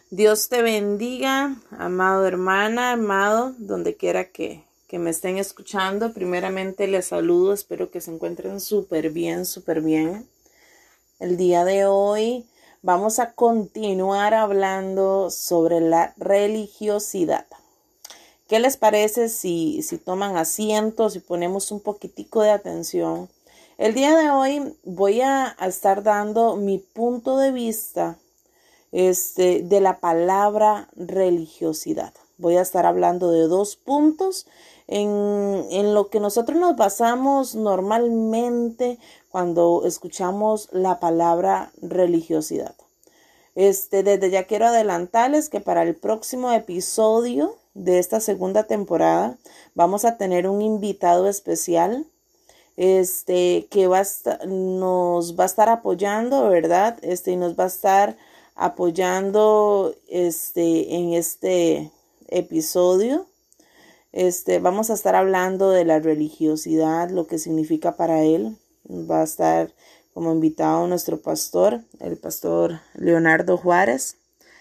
Dios te bendiga, amado hermana, amado, donde quiera que me estén escuchando. Primeramente les saludo, espero que se encuentren súper bien, súper bien. El día de hoy vamos a continuar hablando sobre la religiosidad. ¿Qué les parece si toman asiento, si ponemos un poquitico de atención? El día de hoy voy a estar dando mi punto de vista de la palabra religiosidad. Voy a estar hablando de dos puntos en lo que nosotros nos basamos normalmente cuando escuchamos la palabra religiosidad. Desde ya quiero adelantarles que para el próximo episodio de esta segunda temporada vamos a tener un invitado especial que nos va a estar apoyando, ¿verdad? Y nos va a estar apoyando en este episodio. Vamos a estar hablando de la religiosidad, lo que significa para él. Va a estar como invitado nuestro pastor, el pastor Leonardo Juárez.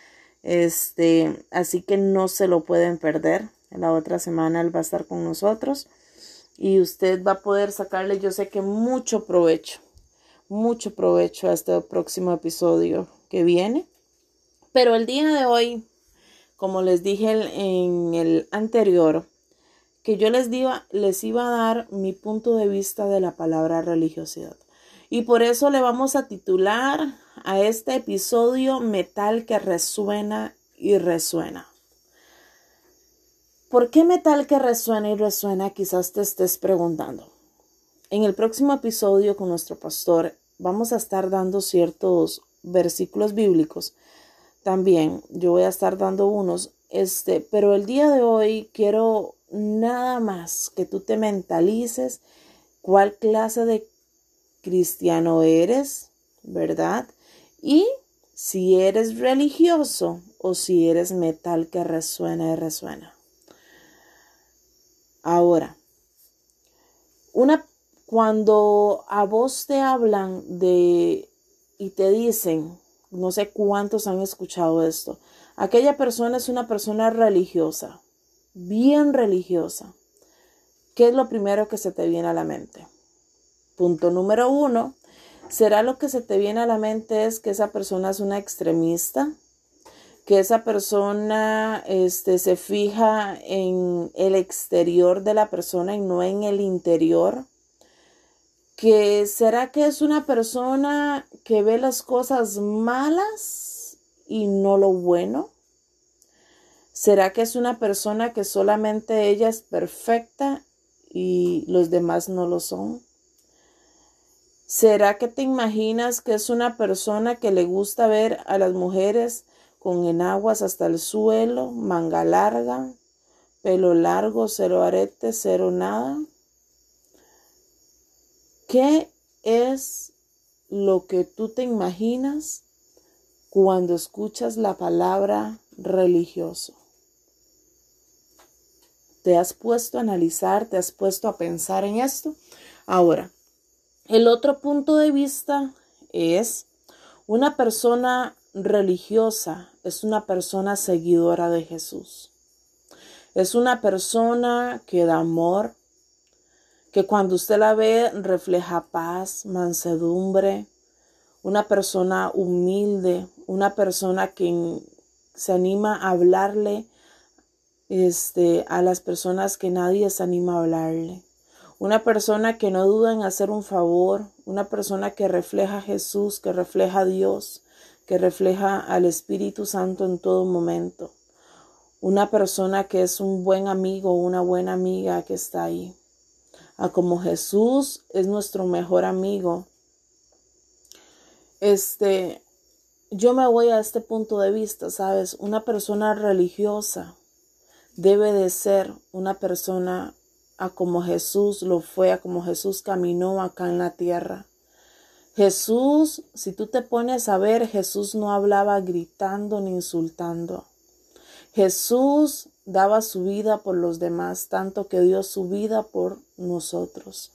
Así que no se lo pueden perder. La otra semana él va a estar con nosotros y usted va a poder sacarle, yo sé que mucho provecho a este próximo episodio que viene. Pero el día de hoy, como les dije en el anterior, que yo les iba a dar mi punto de vista de la palabra religiosidad. Y por eso le vamos a titular a este episodio Metal que resuena y resuena. ¿Por qué metal que resuena y resuena? Quizás te estés preguntando. En el próximo episodio con nuestro pastor vamos a estar dando ciertos versículos bíblicos. También yo voy a estar dando unos, pero el día de hoy quiero nada más que tú te mentalices cuál clase de cristiano eres, ¿verdad? Y si eres religioso o si eres metal que resuena y resuena. Ahora, cuando a vos te hablan y te dicen, no sé cuántos han escuchado esto, aquella persona es una persona religiosa, bien religiosa. ¿Qué es lo primero que se te viene a la mente? Punto número 1, ¿será lo que se te viene a la mente es que esa persona es una extremista? Que esa persona se fija en el exterior de la persona y no en el interior. ¿Que será que es una persona que ve las cosas malas y no lo bueno? ¿Será que es una persona que solamente ella es perfecta y los demás no lo son? ¿Será que te imaginas que es una persona que le gusta ver a las mujeres con enaguas hasta el suelo, manga larga, pelo largo, cero arete, cero nada? ¿Qué es lo que tú te imaginas cuando escuchas la palabra religioso? ¿Te has puesto a analizar, te has puesto a pensar en esto? Ahora, el otro punto de vista es una persona religiosa, es una persona seguidora de Jesús. Es una persona que da amor, que cuando usted la ve refleja paz, mansedumbre, una persona humilde, una persona que se anima a hablarle a las personas que nadie se anima a hablarle. Una persona que no duda en hacer un favor, una persona que refleja a Jesús, que refleja a Dios, que refleja al Espíritu Santo en todo momento. Una persona que es un buen amigo, una buena amiga que está ahí. Como Jesús es nuestro mejor amigo. Yo me voy a este punto de vista, ¿sabes? Una persona religiosa debe de ser una persona a como Jesús lo fue, a como Jesús caminó acá en la tierra. Jesús, si tú te pones a ver, Jesús no hablaba gritando ni insultando. Jesús daba su vida por los demás, tanto que dio su vida por nosotros.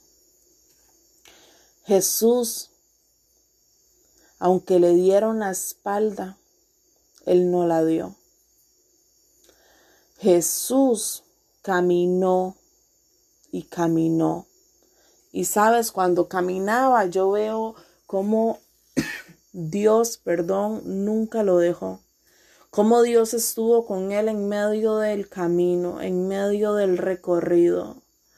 Jesús, aunque le dieron la espalda, Él no la dio. Jesús caminó y caminó. Y sabes, cuando caminaba yo veo cómo Dios, nunca lo dejó. Cómo Dios estuvo con él en medio del camino, en medio del recorrido.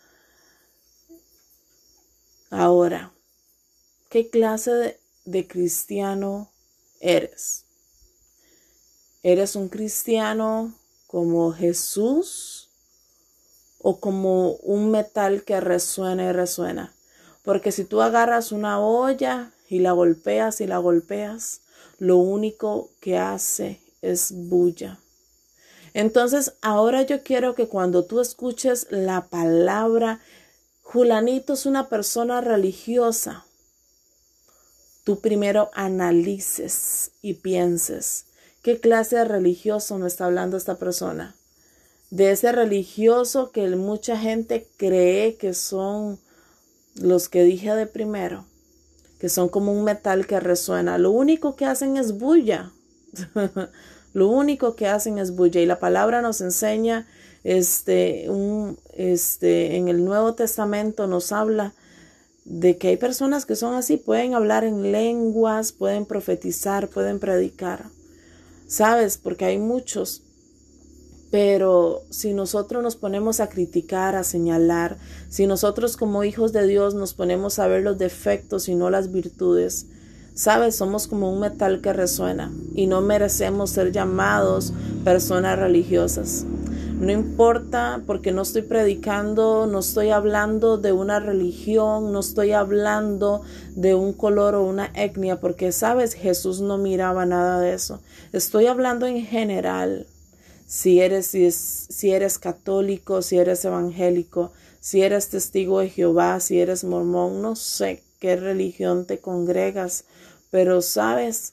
Ahora, ¿qué clase de cristiano eres? ¿Eres un cristiano como Jesús o como un metal que resuena y resuena? Porque si tú agarras una olla y la golpeas, lo único que hace es bulla. Entonces, ahora yo quiero que cuando tú escuches la palabra, Julanito es una persona religiosa, tú primero analices y pienses, ¿qué clase de religioso me está hablando esta persona? De ese religioso que mucha gente cree que son los que dije de primero, que son como un metal que resuena. Lo único que hacen es bulla. Lo único que hacen es bulla. Y la palabra nos enseña, en el Nuevo Testamento nos habla de que hay personas que son así, pueden hablar en lenguas, pueden profetizar, pueden predicar. ¿Sabes? Porque hay muchos. Pero si nosotros nos ponemos a criticar, a señalar, si nosotros como hijos de Dios nos ponemos a ver los defectos y no las virtudes, ¿sabes? Somos como un metal que resuena y no merecemos ser llamados personas religiosas. No importa, porque no estoy predicando, no estoy hablando de una religión, no estoy hablando de un color o una etnia, porque, ¿sabes? Jesús no miraba nada de eso. Estoy hablando en general. Si eres católico, si eres evangélico, si eres testigo de Jehová, si eres mormón, no sé qué religión te congregas, pero ¿sabes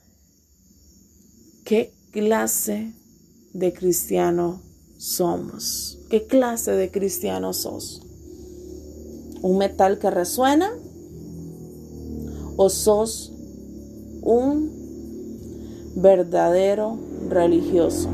qué clase de cristiano somos? ¿Qué clase de cristiano sos? ¿Un metal que resuena? ¿O sos un verdadero religioso?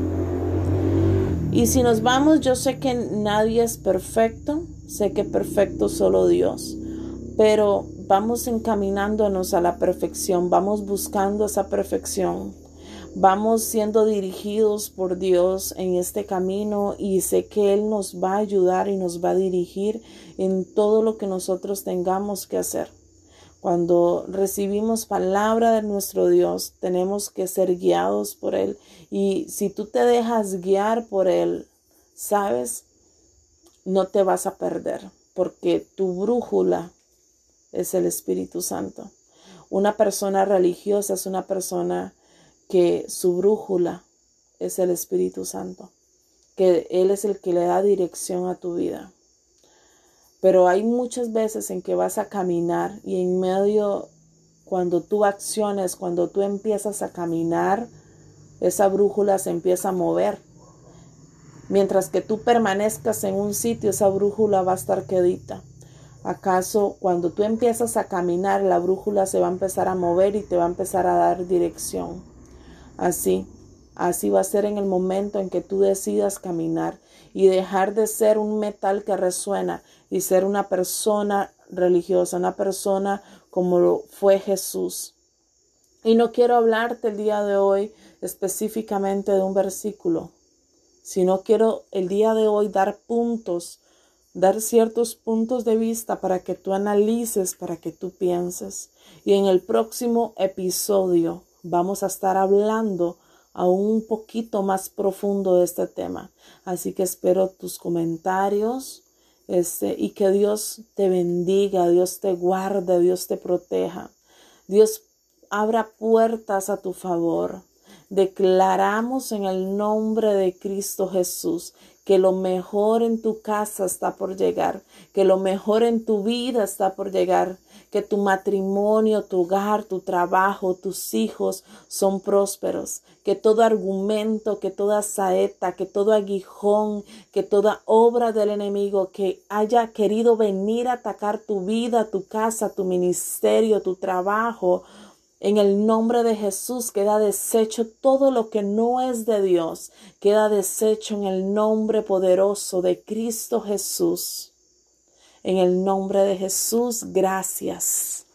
Y si nos vamos, yo sé que nadie es perfecto, sé que perfecto solo Dios, pero vamos encaminándonos a la perfección, vamos buscando esa perfección, vamos siendo dirigidos por Dios en este camino y sé que Él nos va a ayudar y nos va a dirigir en todo lo que nosotros tengamos que hacer. Cuando recibimos palabra de nuestro Dios, tenemos que ser guiados por Él. Y si tú te dejas guiar por Él, ¿sabes? No te vas a perder, porque tu brújula es el Espíritu Santo. Una persona religiosa es una persona que su brújula es el Espíritu Santo, que Él es el que le da dirección a tu vida. Pero hay muchas veces en que vas a caminar y en medio, cuando tú acciones, cuando tú empiezas a caminar, esa brújula se empieza a mover. Mientras que tú permanezcas en un sitio, esa brújula va a estar quedita. ¿Acaso cuando tú empiezas a caminar, la brújula se va a empezar a mover y te va a empezar a dar dirección? Así va a ser en el momento en que tú decidas caminar y dejar de ser un metal que resuena y ser una persona religiosa, una persona como lo fue Jesús. Y no quiero hablarte el día de hoy específicamente de un versículo, sino quiero el día de hoy dar ciertos puntos de vista para que tú analices, para que tú pienses. Y en el próximo episodio vamos a estar hablando aún un poquito más profundo de este tema. Así que espero tus comentarios y que Dios te bendiga, Dios te guarde, Dios te proteja. Dios abra puertas a tu favor. Declaramos en el nombre de Cristo Jesús que lo mejor en tu casa está por llegar, que lo mejor en tu vida está por llegar, que tu matrimonio, tu hogar, tu trabajo, tus hijos son prósperos, que todo argumento, que toda saeta, que todo aguijón, que toda obra del enemigo que haya querido venir a atacar tu vida, tu casa, tu ministerio, tu trabajo, En el nombre de Jesús queda deshecho todo lo que no es de Dios. Queda deshecho en el nombre poderoso de Cristo Jesús. En el nombre de Jesús, gracias.